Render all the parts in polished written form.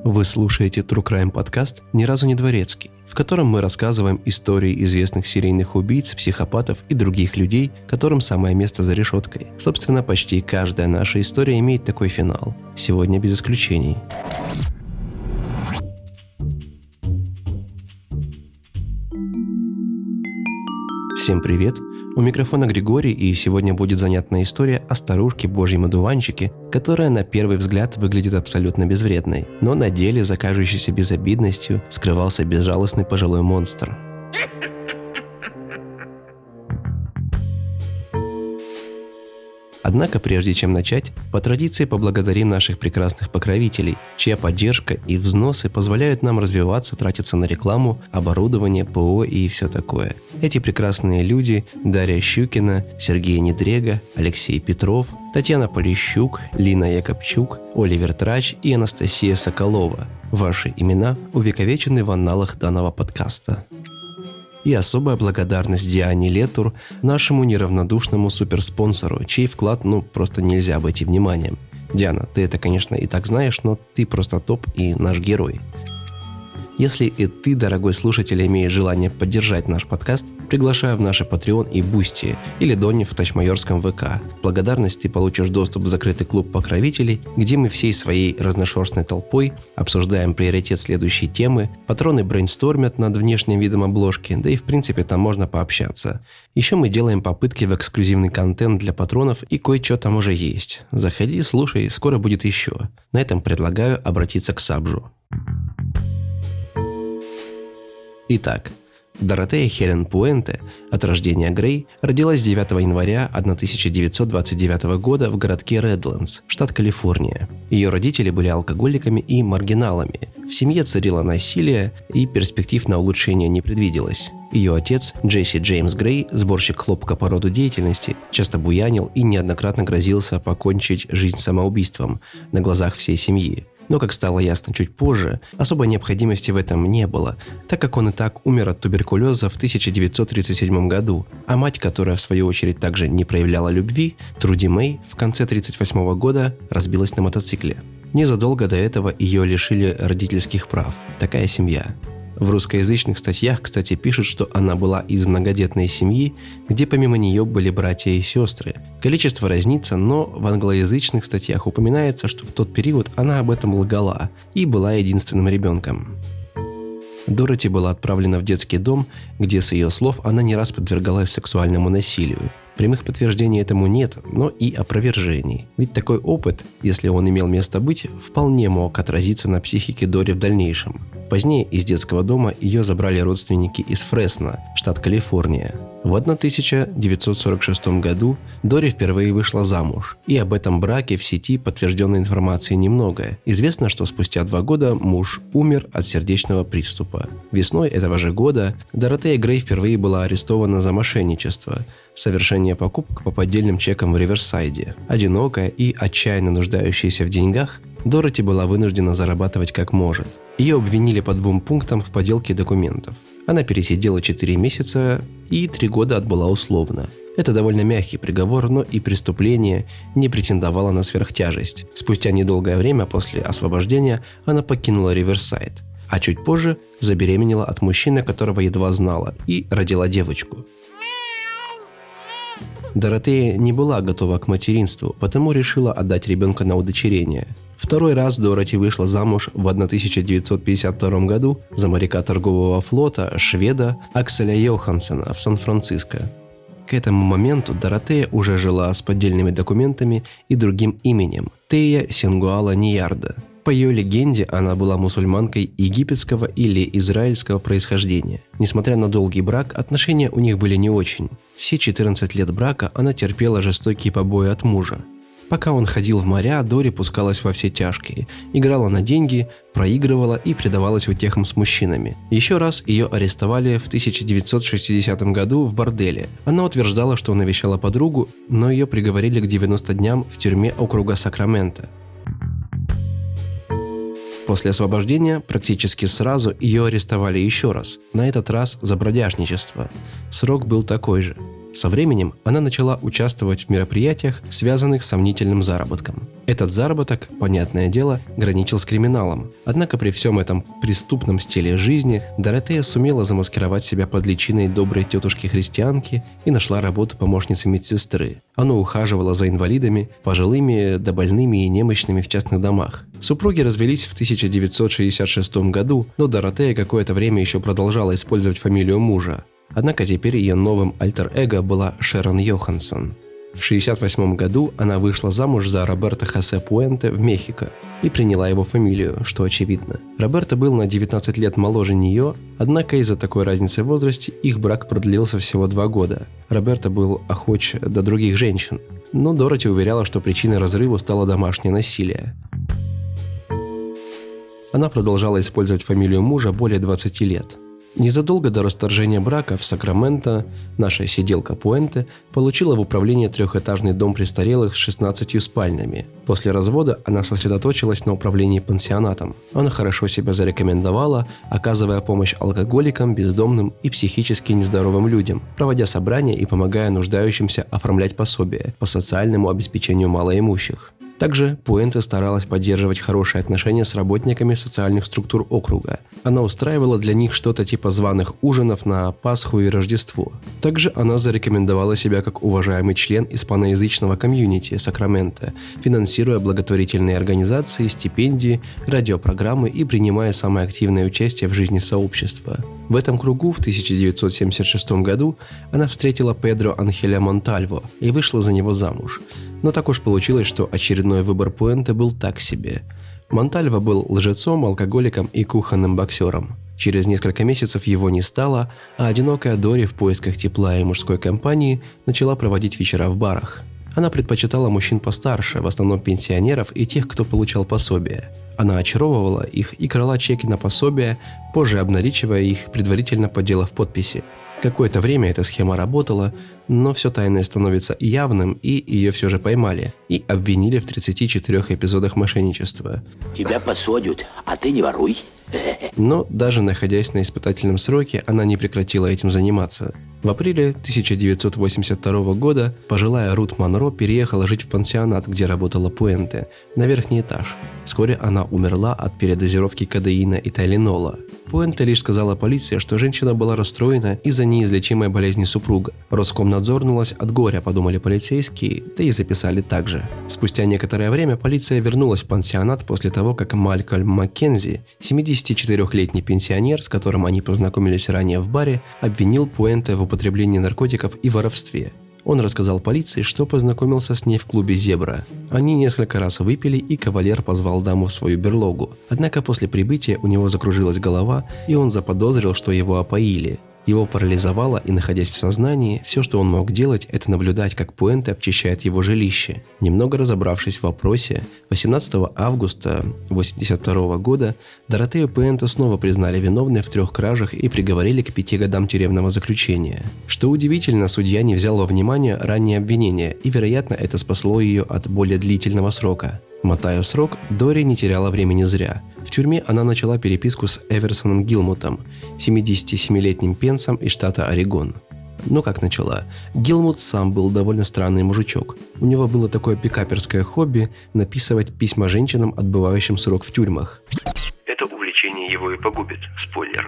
Вы слушаете True Crime подкаст «Ни разу не дворецкий», в котором мы рассказываем истории известных серийных убийц, психопатов и других людей, которым самое место за решеткой. Собственно, почти каждая наша история имеет такой финал. Сегодня без исключений. Всем привет! У микрофона Григорий, и сегодня будет занятная история о старушке-божьем одуванчике, которая на первый взгляд выглядит абсолютно безвредной, но на деле за кажущейся безобидностью скрывался безжалостный пожилой монстр. Однако, прежде чем начать, по традиции поблагодарим наших прекрасных покровителей, чья поддержка и взносы позволяют нам развиваться, тратиться на рекламу, оборудование, ПО и все такое. Эти прекрасные люди – Дарья Щукина, Сергей Недрега, Алексей Петров, Татьяна Полищук, Лина Якобчук, Оливер Трач и Анастасия Соколова. Ваши имена увековечены в анналах данного подкаста. И особая благодарность Диане Летур, нашему неравнодушному суперспонсору, чей вклад, просто нельзя обойти вниманием. Диана, ты это, конечно, и так знаешь, но ты просто топ и наш герой. Если и ты, дорогой слушатель, имеешь желание поддержать наш подкаст, приглашаю в наши Patreon и Boosty или Дони в Тачмайорском ВК. В благодарность ты получишь доступ в закрытый клуб покровителей, где мы всей своей разношерстной толпой обсуждаем приоритет следующей темы, патроны брейнстормят над внешним видом обложки, да и в принципе там можно пообщаться. Еще мы делаем попытки в эксклюзивный контент для патронов, и кое-что там уже есть. Заходи, слушай, скоро будет еще. На этом предлагаю обратиться к Сабжу. Итак, Доротея Хелен Пуэнте, от рождения Грей, родилась 9 января 1929 года в городке Редлендс, штат Калифорния. Ее родители были алкоголиками и маргиналами. В семье царило насилие, и перспектив на улучшение не предвиделось. Ее отец, Джесси Джеймс Грей, сборщик хлопка по роду деятельности, часто буянил и неоднократно грозился покончить жизнь самоубийством на глазах всей семьи. Но, как стало ясно чуть позже, особой необходимости в этом не было, так как он и так умер от туберкулеза в 1937 году, а мать, которая в свою очередь также не проявляла любви, Труди Мэй, в конце 1938 года разбилась на мотоцикле. Незадолго до этого ее лишили родительских прав. Такая семья. В русскоязычных статьях, кстати, пишут, что она была из многодетной семьи, где помимо нее были братья и сестры. Количество разнится, но в англоязычных статьях упоминается, что в тот период она об этом лгала и была единственным ребенком. Дороти была отправлена в детский дом, где, с ее слов, она не раз подвергалась сексуальному насилию. Прямых подтверждений этому нет, но и опровержений. Ведь такой опыт, если он имел место быть, вполне мог отразиться на психике Дори в дальнейшем. Позднее из детского дома ее забрали родственники из Фресно, штат Калифорния. В 1946 году Дори впервые вышла замуж, и об этом браке в сети подтвержденной информации немного. Известно, что спустя 2 года муж умер от сердечного приступа. Весной этого же года Доротея Грей впервые была арестована за мошенничество, совершение покупок по поддельным чекам в Риверсайде. Одинокая и отчаянно нуждающаяся в деньгах, Дороти была вынуждена зарабатывать как может. Ее обвинили по 2 пунктам в подделке документов. Она пересидела 4 месяца и 3 года отбыла условно. Это довольно мягкий приговор, но и преступление не претендовало на сверхтяжесть. Спустя недолгое время после освобождения она покинула Риверсайд, а чуть позже забеременела от мужчины, которого едва знала, и родила девочку. Доротея не была готова к материнству, потому решила отдать ребенка на удочерение. Второй раз Дороти вышла замуж в 1952 году за моряка торгового флота, шведа Акселя Йохансена в Сан-Франциско. К этому моменту Доротея уже жила с поддельными документами и другим именем – Тея Сингуала Ниярда. По ее легенде, она была мусульманкой египетского или израильского происхождения. Несмотря на долгий брак, отношения у них были не очень. Все 14 лет брака она терпела жестокие побои от мужа. Пока он ходил в моря, Дори пускалась во все тяжкие, играла на деньги, проигрывала и предавалась утехам с мужчинами. Еще раз ее арестовали в 1960 году в борделе. Она утверждала, что навещала подругу, но ее приговорили к 90 дням в тюрьме округа Сакраменто. После освобождения практически сразу ее арестовали еще раз, на этот раз за бродяжничество. Срок был такой же. Со временем она начала участвовать в мероприятиях, связанных с сомнительным заработком. Этот заработок, понятное дело, граничил с криминалом. Однако при всем этом преступном стиле жизни Доротея сумела замаскировать себя под личиной доброй тетушки-христианки и нашла работу помощницы медсестры. Она ухаживала за инвалидами, пожилыми да больными и немощными в частных домах. Супруги развелись в 1966 году, но Доротея какое-то время еще продолжала использовать фамилию мужа. Однако теперь ее новым альтер-эго была Шерон Йоханссон. В 1968 году она вышла замуж за Роберто Хосе Пуэнте в Мехико и приняла его фамилию, что очевидно. Роберто был на 19 лет моложе нее, однако из-за такой разницы в возрасте их брак продлился всего 2 года. Роберто был охоч до других женщин, но Дороти уверяла, что причиной разрыва стало домашнее насилие. Она продолжала использовать фамилию мужа более 20 лет. Незадолго до расторжения брака в Сакраменто наша сиделка Пуэнте получила в управление 3-этажный дом престарелых с 16 спальнями. После развода она сосредоточилась на управлении пансионатом. Она хорошо себя зарекомендовала, оказывая помощь алкоголикам, бездомным и психически нездоровым людям, проводя собрания и помогая нуждающимся оформлять пособия по социальному обеспечению малоимущих. Также Пуэнте старалась поддерживать хорошие отношения с работниками социальных структур округа. Она устраивала для них что-то типа званых ужинов на Пасху и Рождество. Также она зарекомендовала себя как уважаемый член испаноязычного комьюнити Сакраменто, финансируя благотворительные организации, стипендии, радиопрограммы и принимая самое активное участие в жизни сообщества. В этом кругу в 1976 году она встретила Педро Анхеля Монтальво и вышла за него замуж. Но так уж получилось, что очередной выбор Пуэнте был так себе. Монтальво был лжецом, алкоголиком и кухонным боксером. Через несколько месяцев его не стало, а одинокая Дори в поисках тепла и мужской компании начала проводить вечера в барах. Она предпочитала мужчин постарше, в основном пенсионеров и тех, кто получал пособие. Она очаровывала их и крала чеки на пособие, позже обналичивая их, предварительно подделав подписи. Какое-то время эта схема работала, но все тайное становится явным, и ее все же поймали и обвинили в 34 эпизодах мошенничества. Тебя посадят, а ты не воруй. Но даже находясь на испытательном сроке, она не прекратила этим заниматься. В апреле 1982 года пожилая Рут Монро переехала жить в пансионат, где работала Пуэнте, на верхний этаж. Вскоре она умерла от передозировки кодеина и тайленола. Пуэнте лишь сказала полиции, что женщина была расстроена из-за неизлечимой болезни супруга. Роскомнадзорнулась от горя, подумали полицейские, да и записали так же. Спустя некоторое время полиция вернулась в пансионат после того, как Малькольм Маккензи, 74-летний пенсионер, с которым они познакомились ранее в баре, обвинил Пуэнте в употреблении наркотиков и воровстве. Он рассказал полиции, что познакомился с ней в клубе «Зебра». Они несколько раз выпили, и кавалер позвал даму в свою берлогу. Однако после прибытия у него закружилась голова, и он заподозрил, что его опоили. Его парализовало, и, находясь в сознании, все, что он мог делать, это наблюдать, как Пуэнте обчищает его жилище. Немного разобравшись в вопросе, 18 августа 1982 года Доротею Пуэнте снова признали виновной в 3 кражах и приговорили к 5 годам тюремного заключения. Что удивительно, судья не взял во внимание ранние обвинения, и, вероятно, это спасло ее от более длительного срока. Мотая срок, Дори не теряла времени зря. В тюрьме она начала переписку с Эверсоном Гилмутом, 77-летним пенсом из штата Орегон. Но как начала? Гилмут сам был довольно странный мужичок. У него было такое пикаперское хобби – написывать письма женщинам, отбывающим срок в тюрьмах. Это увлечение его и погубит. Спойлер.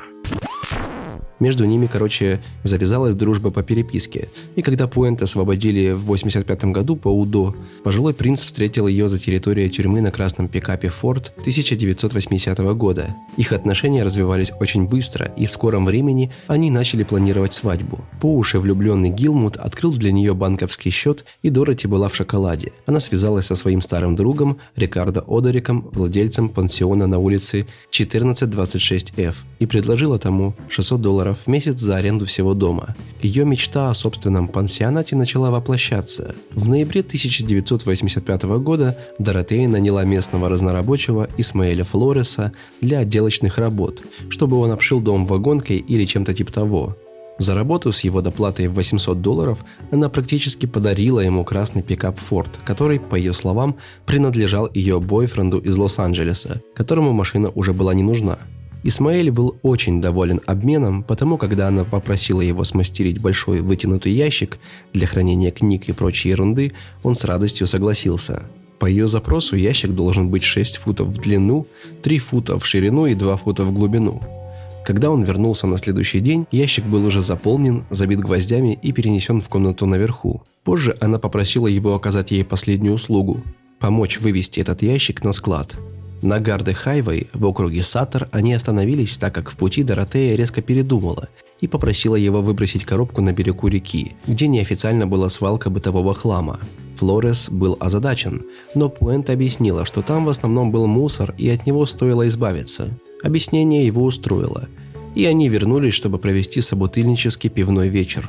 Между ними, завязалась дружба по переписке. И когда Пуэнте освободили в 1985 году по УДО, пожилой принц встретил ее за территорией тюрьмы на красном пикапе Ford 1980 года. Их отношения развивались очень быстро, и в скором времени они начали планировать свадьбу. По уши влюбленный Гилмут открыл для нее банковский счет, и Дороти была в шоколаде. Она связалась со своим старым другом Рикардо Одериком, владельцем пансиона на улице 1426F, и предложила тому $600 в месяц за аренду всего дома. Ее мечта о собственном пансионате начала воплощаться. В ноябре 1985 года Доротея наняла местного разнорабочего Исмаэля Флореса для отделочных работ, чтобы он обшил дом вагонкой или чем-то типа того. За работу с его доплатой в $800 она практически подарила ему красный пикап Ford, который, по ее словам, принадлежал ее бойфренду из Лос-Анджелеса, которому машина уже была не нужна. Исмаэль был очень доволен обменом, потому когда она попросила его смастерить большой вытянутый ящик для хранения книг и прочей ерунды, он с радостью согласился. По ее запросу ящик должен быть 6 футов в длину, 3 фута в ширину и 2 фута в глубину. Когда он вернулся на следующий день, ящик был уже заполнен, забит гвоздями и перенесен в комнату наверху. Позже она попросила его оказать ей последнюю услугу – помочь вывести этот ящик на склад. На Гарде-Хайвей в округе Саттер они остановились, так как в пути Доротея резко передумала и попросила его выбросить коробку на берегу реки, где неофициально была свалка бытового хлама. Флорес был озадачен, но Пуэнте объяснила, что там в основном был мусор и от него стоило избавиться. Объяснение его устроило, и они вернулись, чтобы провести собутыльнический пивной вечер.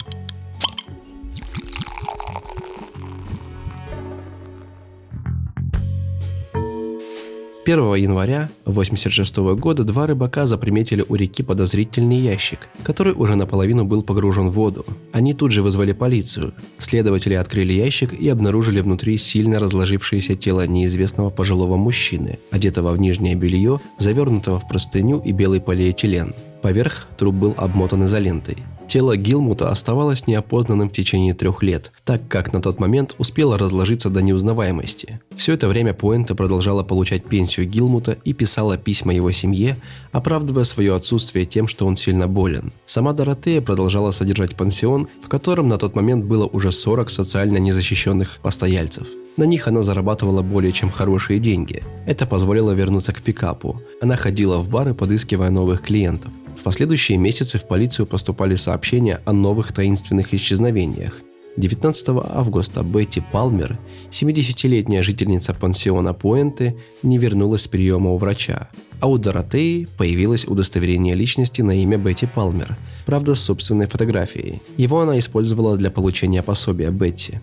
1 января 1986 года два рыбака заприметили у реки подозрительный ящик, который уже наполовину был погружен в воду. Они тут же вызвали полицию. Следователи открыли ящик и обнаружили внутри сильно разложившееся тело неизвестного пожилого мужчины, одетого в нижнее белье, завернутого в простыню и белый полиэтилен. Поверх труп был обмотан изолентой. Тело Гилмута оставалось неопознанным в течение 3 лет, так как на тот момент успело разложиться до неузнаваемости. Все это время Пуэнте продолжала получать пенсию Гилмута и писала письма его семье, оправдывая свое отсутствие тем, что он сильно болен. Сама Доротея продолжала содержать пансион, в котором на тот момент было уже 40 социально незащищенных постояльцев. На них она зарабатывала более чем хорошие деньги. Это позволило вернуться к пикапу. Она ходила в бары, подыскивая новых клиентов. В последующие месяцы в полицию поступали сообщения о новых таинственных исчезновениях. 19 августа Бетти Палмер, 70-летняя жительница пансиона Пуэнте, не вернулась с приема у врача, а у Доротеи появилось удостоверение личности на имя Бетти Палмер, правда с собственной фотографией. Его она использовала для получения пособия Бетти.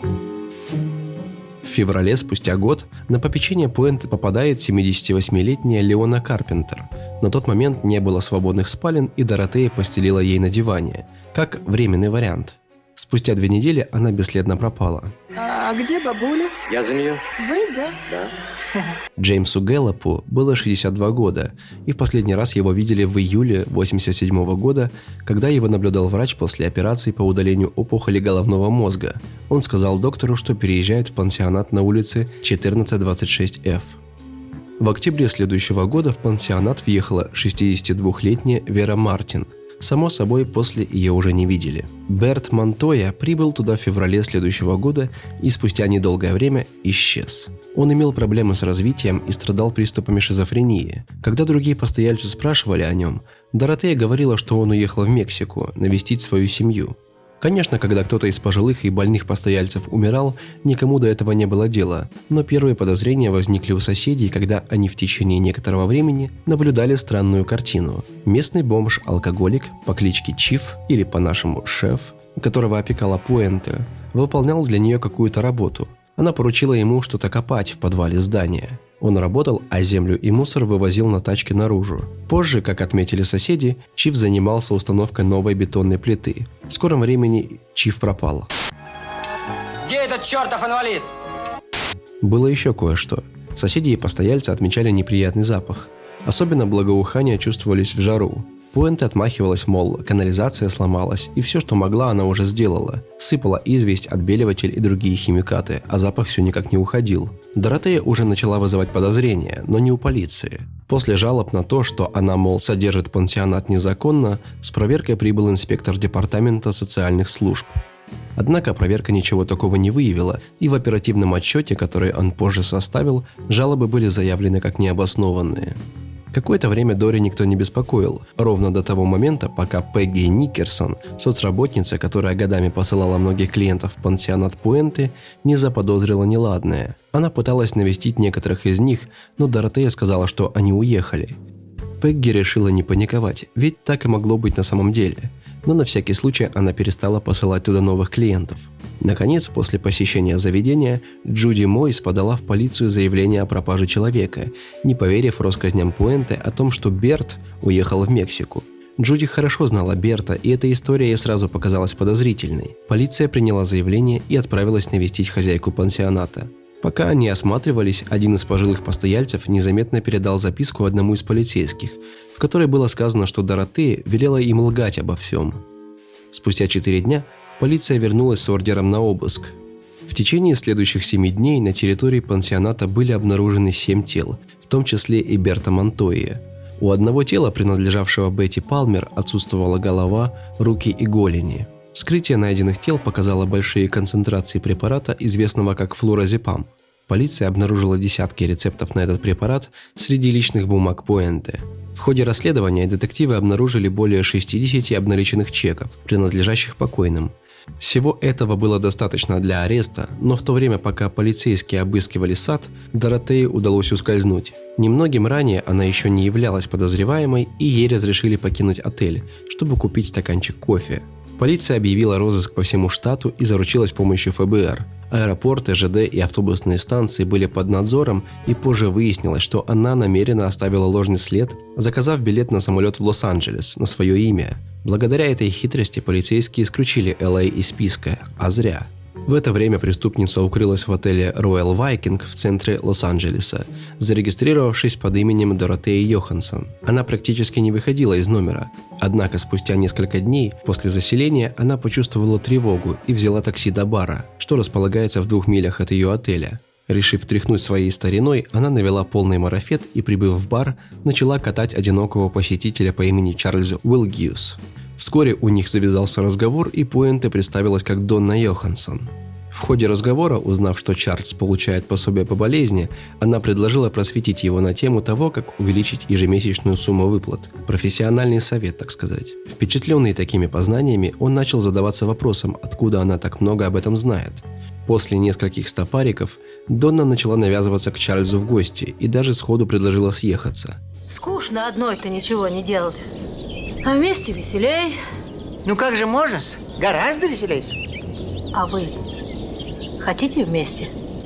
В феврале, спустя год, на попечение Пуэнте попадает 78-летняя Леона Карпентер. На тот момент не было свободных спален, и Доротея постелила ей на диване, как временный вариант. Спустя 2 недели она бесследно пропала. А где бабуля? Я за нее. Вы, да? Да. Джеймсу Гэллопу было 62 года, и в последний раз его видели в июле 1987 года, когда его наблюдал врач после операции по удалению опухоли головного мозга. Он сказал доктору, что переезжает в пансионат на улице 1426F. В октябре следующего года в пансионат въехала 62-летняя Вера Мартин. Само собой, после ее уже не видели. Берт Монтоя прибыл туда в феврале следующего года и спустя недолгое время исчез. Он имел проблемы с развитием и страдал приступами шизофрении. Когда другие постояльцы спрашивали о нем, Доротея говорила, что он уехал в Мексику навестить свою семью. Конечно, когда кто-то из пожилых и больных постояльцев умирал, никому до этого не было дела, но первые подозрения возникли у соседей, когда они в течение некоторого времени наблюдали странную картину. Местный бомж-алкоголик по кличке Чиф, или по-нашему Шеф, которого опекала Пуэнте, выполнял для нее какую-то работу. Она поручила ему что-то копать в подвале здания. Он работал, а землю и мусор вывозил на тачке наружу. Позже, как отметили соседи, Чиф занимался установкой новой бетонной плиты. В скором времени Чиф пропал. Где этот чертов инвалид? Было еще кое-что. Соседи и постояльцы отмечали неприятный запах. Особенно благоухания чувствовались в жару. Пуэнте отмахивалась, мол, канализация сломалась, и все, что могла, она уже сделала. Сыпала известь, отбеливатель и другие химикаты, а запах все никак не уходил. Доротея уже начала вызывать подозрения, но не у полиции. После жалоб на то, что она, мол, содержит пансионат незаконно, с проверкой прибыл инспектор департамента социальных служб. Однако проверка ничего такого не выявила, и в оперативном отчете, который он позже составил, жалобы были заявлены как необоснованные. Какое-то время Дори никто не беспокоил, ровно до того момента, пока Пегги Никерсон, соцработница, которая годами посылала многих клиентов в пансионат Пуэнте, не заподозрила неладное. Она пыталась навестить некоторых из них, но Доротея сказала, что они уехали. Пегги решила не паниковать, ведь так и могло быть на самом деле. Но на всякий случай она перестала посылать туда новых клиентов. Наконец, после посещения заведения, Джуди Мойс подала в полицию заявление о пропаже человека, не поверив россказням Пуэнте о том, что Берт уехал в Мексику. Джуди хорошо знала Берта, и эта история ей сразу показалась подозрительной. Полиция приняла заявление и отправилась навестить хозяйку пансионата. Пока они осматривались, один из пожилых постояльцев незаметно передал записку одному из полицейских, в которой было сказано, что Доротея велела им лгать обо всем. Спустя 4 дня полиция вернулась с ордером на обыск. В течение следующих 7 дней на территории пансионата были обнаружены 7 тел, в том числе и Берта Монтойи. У одного тела, принадлежавшего Бетти Палмер, отсутствовала голова, руки и голени. Вскрытие найденных тел показало большие концентрации препарата, известного как флуразепам. Полиция обнаружила десятки рецептов на этот препарат среди личных бумаг Пуэнте. В ходе расследования детективы обнаружили более 60 обналиченных чеков, принадлежащих покойным. Всего этого было достаточно для ареста, но в то время, пока полицейские обыскивали сад, Доротее удалось ускользнуть. Немногим ранее она еще не являлась подозреваемой, и ей разрешили покинуть отель, чтобы купить стаканчик кофе. Полиция объявила розыск по всему штату и заручилась помощью ФБР. Аэропорты, ЖД и автобусные станции были под надзором, и позже выяснилось, что она намеренно оставила ложный след, заказав билет на самолет в Лос-Анджелес на свое имя. Благодаря этой хитрости полицейские исключили Л.А. из списка, а зря. В это время преступница укрылась в отеле Royal Viking в центре Лос-Анджелеса, зарегистрировавшись под именем Доротея Йоханссон. Она практически не выходила из номера, однако спустя несколько дней после заселения она почувствовала тревогу и взяла такси до бара, что располагается в 2 милях от ее отеля. Решив тряхнуть своей стариной, она навела полный марафет и, прибыв в бар, начала катать одинокого посетителя по имени Чарльз Уилгиус. Вскоре у них завязался разговор, и Пуэнте представилась как Донна Йоханссон. В ходе разговора, узнав, что Чарльз получает пособие по болезни, она предложила просветить его на тему того, как увеличить ежемесячную сумму выплат. Профессиональный совет, так сказать. Впечатленный такими познаниями, он начал задаваться вопросом, откуда она так много об этом знает. После нескольких стопариков Донна начала навязываться к Чарльзу в гости и даже сходу предложила съехаться. Скучно одной-то ничего не делать. А вместе веселей. Ну как же можешь? Гораздо веселей. А вы хотите вместе?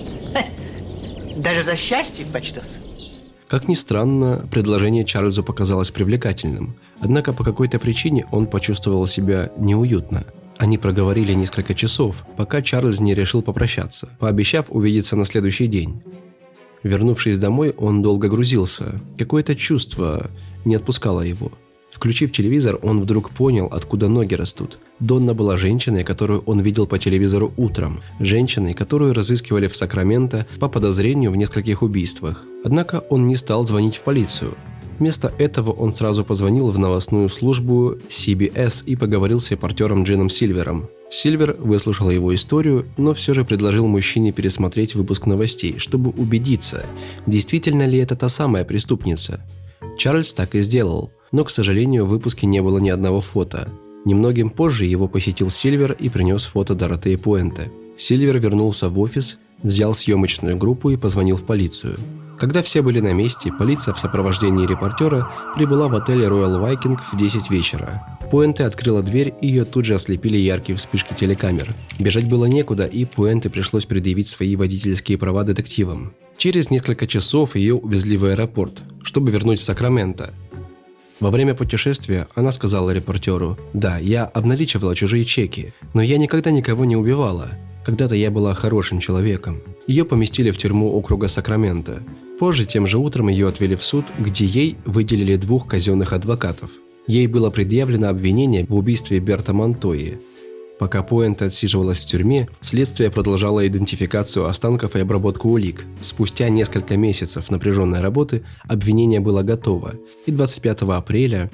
Даже за счастье почтусь. Как ни странно, предложение Чарльзу показалось привлекательным, однако по какой-то причине он почувствовал себя неуютно. Они проговорили несколько часов, пока Чарльз не решил попрощаться, пообещав увидеться на следующий день. Вернувшись домой, он долго грузился. Какое-то чувство не отпускало его. Включив телевизор, он вдруг понял, откуда ноги растут. Донна была женщиной, которую он видел по телевизору утром. Женщиной, которую разыскивали в Сакраменто по подозрению в нескольких убийствах. Однако он не стал звонить в полицию. Вместо этого он сразу позвонил в новостную службу CBS и поговорил с репортером Джином Сильвером. Сильвер выслушал его историю, но все же предложил мужчине пересмотреть выпуск новостей, чтобы убедиться, действительно ли это та самая преступница. Чарльз так и сделал, но, к сожалению, в выпуске не было ни одного фото. Немногим позже его посетил Сильвер и принес фото Доротеи Пуэнте. Сильвер вернулся в офис, взял съемочную группу и позвонил в полицию. Когда все были на месте, полиция в сопровождении репортера прибыла в отель Royal Viking в 10 вечера. Пуэнте открыла дверь, и ее тут же ослепили яркие вспышки телекамер. Бежать было некуда, и Пуэнте пришлось предъявить свои водительские права детективам. Через несколько часов ее увезли в аэропорт, чтобы вернуть в Сакраменто. Во время путешествия она сказала репортеру: «Да, я обналичивала чужие чеки, но я никогда никого не убивала. Когда-то я была хорошим человеком». Ее поместили в тюрьму округа Сакраменто. Позже, тем же утром, ее отвели в суд, где ей выделили 2 казенных адвокатов. Ей было предъявлено обвинение в убийстве Берта Монтойи. Пока Пуэнте отсиживалась в тюрьме, следствие продолжало идентификацию останков и обработку улик. Спустя несколько месяцев напряженной работы обвинение было готово, и 25 апреля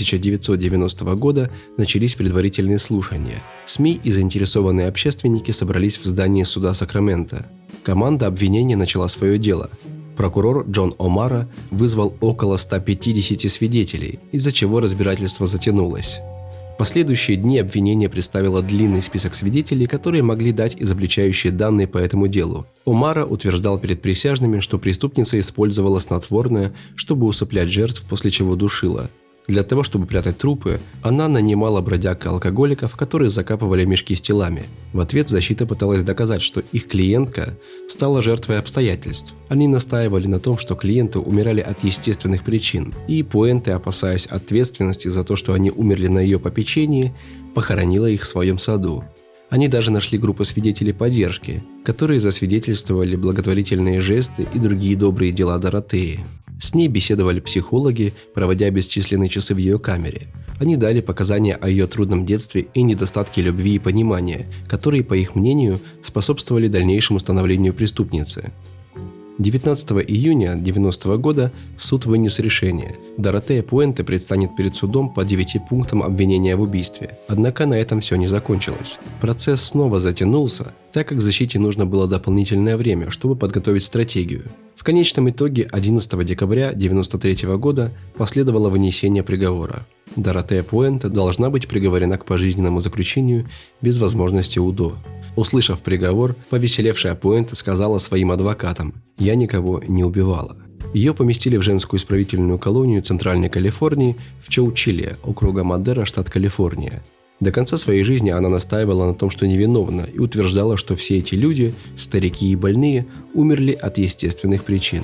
1990 года начались предварительные слушания. СМИ и заинтересованные общественники собрались в здании суда Сакраменто. Команда обвинения начала свое дело. Прокурор Джон О'Мара вызвал около 150 свидетелей, из-за чего разбирательство затянулось. В последующие дни обвинение представило длинный список свидетелей, которые могли дать изобличающие данные по этому делу. О'Мара утверждал перед присяжными, что преступница использовала снотворное, чтобы усыплять жертв, после чего душила. Для того, чтобы прятать трупы, она нанимала бродяг и алкоголиков, которые закапывали мешки с телами. В ответ защита пыталась доказать, что их клиентка стала жертвой обстоятельств. Они настаивали на том, что клиенты умирали от естественных причин, и Пуэнте, опасаясь ответственности за то, что они умерли на ее попечении, похоронила их в своем саду. Они даже нашли группу свидетелей поддержки, которые засвидетельствовали благотворительные жесты и другие добрые дела Доротеи. С ней беседовали психологи, проводя бесчисленные часы в ее камере. Они дали показания о ее трудном детстве и недостатке любви и понимания, которые, по их мнению, способствовали дальнейшему становлению преступницы. 19 июня 1990 года суд вынес решение. Доротея Пуэнте предстанет перед судом по 9 пунктам обвинения в убийстве. Однако на этом все не закончилось. Процесс снова затянулся, так как защите нужно было дополнительное время, чтобы подготовить стратегию. В конечном итоге 11 декабря 1993 года последовало вынесение приговора. Доротея Пуэнте должна быть приговорена к пожизненному заключению без возможности УДО. Услышав приговор, повеселевшая Пуэнте сказала своим адвокатам: «Я никого не убивала». Ее поместили в женскую исправительную колонию Центральной Калифорнии в Чоучилле, округа Мадера, штат Калифорния. До конца своей жизни она настаивала на том, что невиновна, и утверждала, что все эти люди, старики и больные, умерли от естественных причин.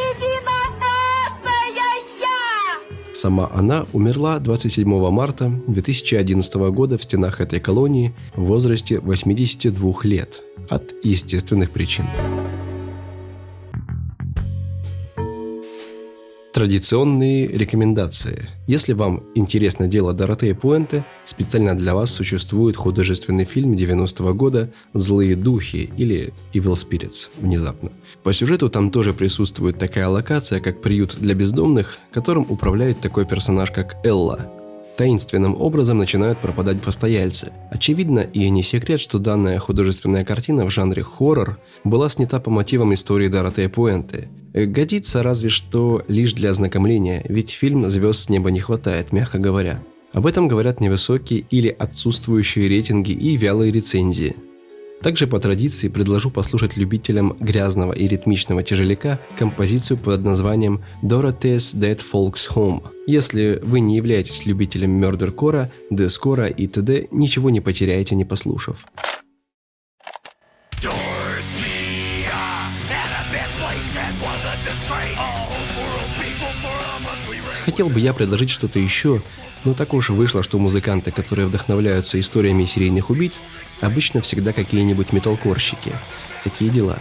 Сама она умерла 27 марта 2011 года в стенах этой колонии в возрасте 82 лет от естественных причин. Традиционные рекомендации. Если вам интересно дело Доротеи Пуэнте, специально для вас существует художественный фильм 90-го года «Злые духи» или «Evil Spirits» внезапно. По сюжету там тоже присутствует такая локация, как приют для бездомных, которым управляет такой персонаж, как Элла. Таинственным образом начинают пропадать постояльцы. Очевидно, и не секрет, что данная художественная картина в жанре хоррор была снята по мотивам истории Доротеи Пуэнте. Годится разве что лишь для ознакомления, ведь фильм звезд с неба не хватает, мягко говоря. Об этом говорят невысокие или отсутствующие рейтинги и вялые рецензии. Также по традиции предложу послушать любителям грязного и ритмичного тяжеляка композицию под названием «Dorothy's Dead Folks Home». Если вы не являетесь любителем мёрдеркора, дэскора и т.д., ничего не потеряете, не послушав. Хотел бы я предложить что-то еще, но так уж вышло, что музыканты, которые вдохновляются историями серийных убийц, обычно всегда какие-нибудь металкорщики. Такие дела.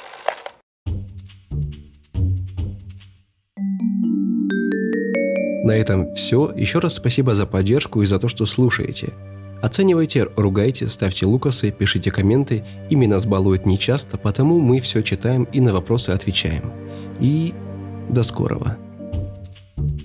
На этом все. Еще раз спасибо за поддержку и за то, что слушаете. Оценивайте, ругайте, ставьте лукасы, пишите комменты. Ими нас балуют нечасто, потому мы все читаем и на вопросы отвечаем. И до скорого.